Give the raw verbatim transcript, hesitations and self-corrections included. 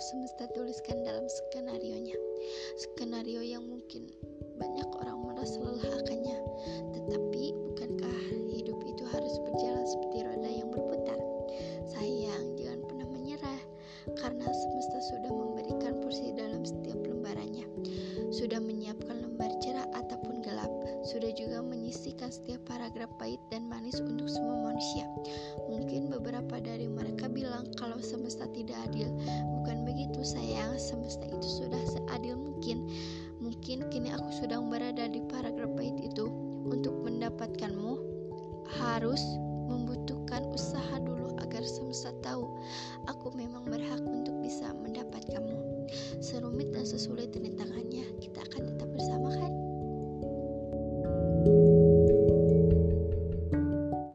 semesta tuliskan dalam skenario-nya. Skenario yang mungkin banyak orang merasa lelah akannya. Tetapi bukankah hidup itu harus berjalan seperti roda yang berputar? Sayang, jangan pernah menyerah, karena semesta sudah memberikan porsi dalam setiap lembarannya. Sudah menyiapkan lembar cerah ataupun gelap, sudah juga menyisihkan setiap paragraf pahit dan manis untuk semua manusia. Mungkin beberapa dari mereka bilang kalau semesta tidak adil. Bukan begitu sayang, semesta itu sudah seadil mungkin. Mungkin kini aku sedang berada di paragraf pahit itu. Untuk mendapatkanmu harus membutuhkan usaha dulu agar semesta tahu aku memang berhak untuk bisa mendapatkanmu. Serumit dan sesulit rintangannya, kita akan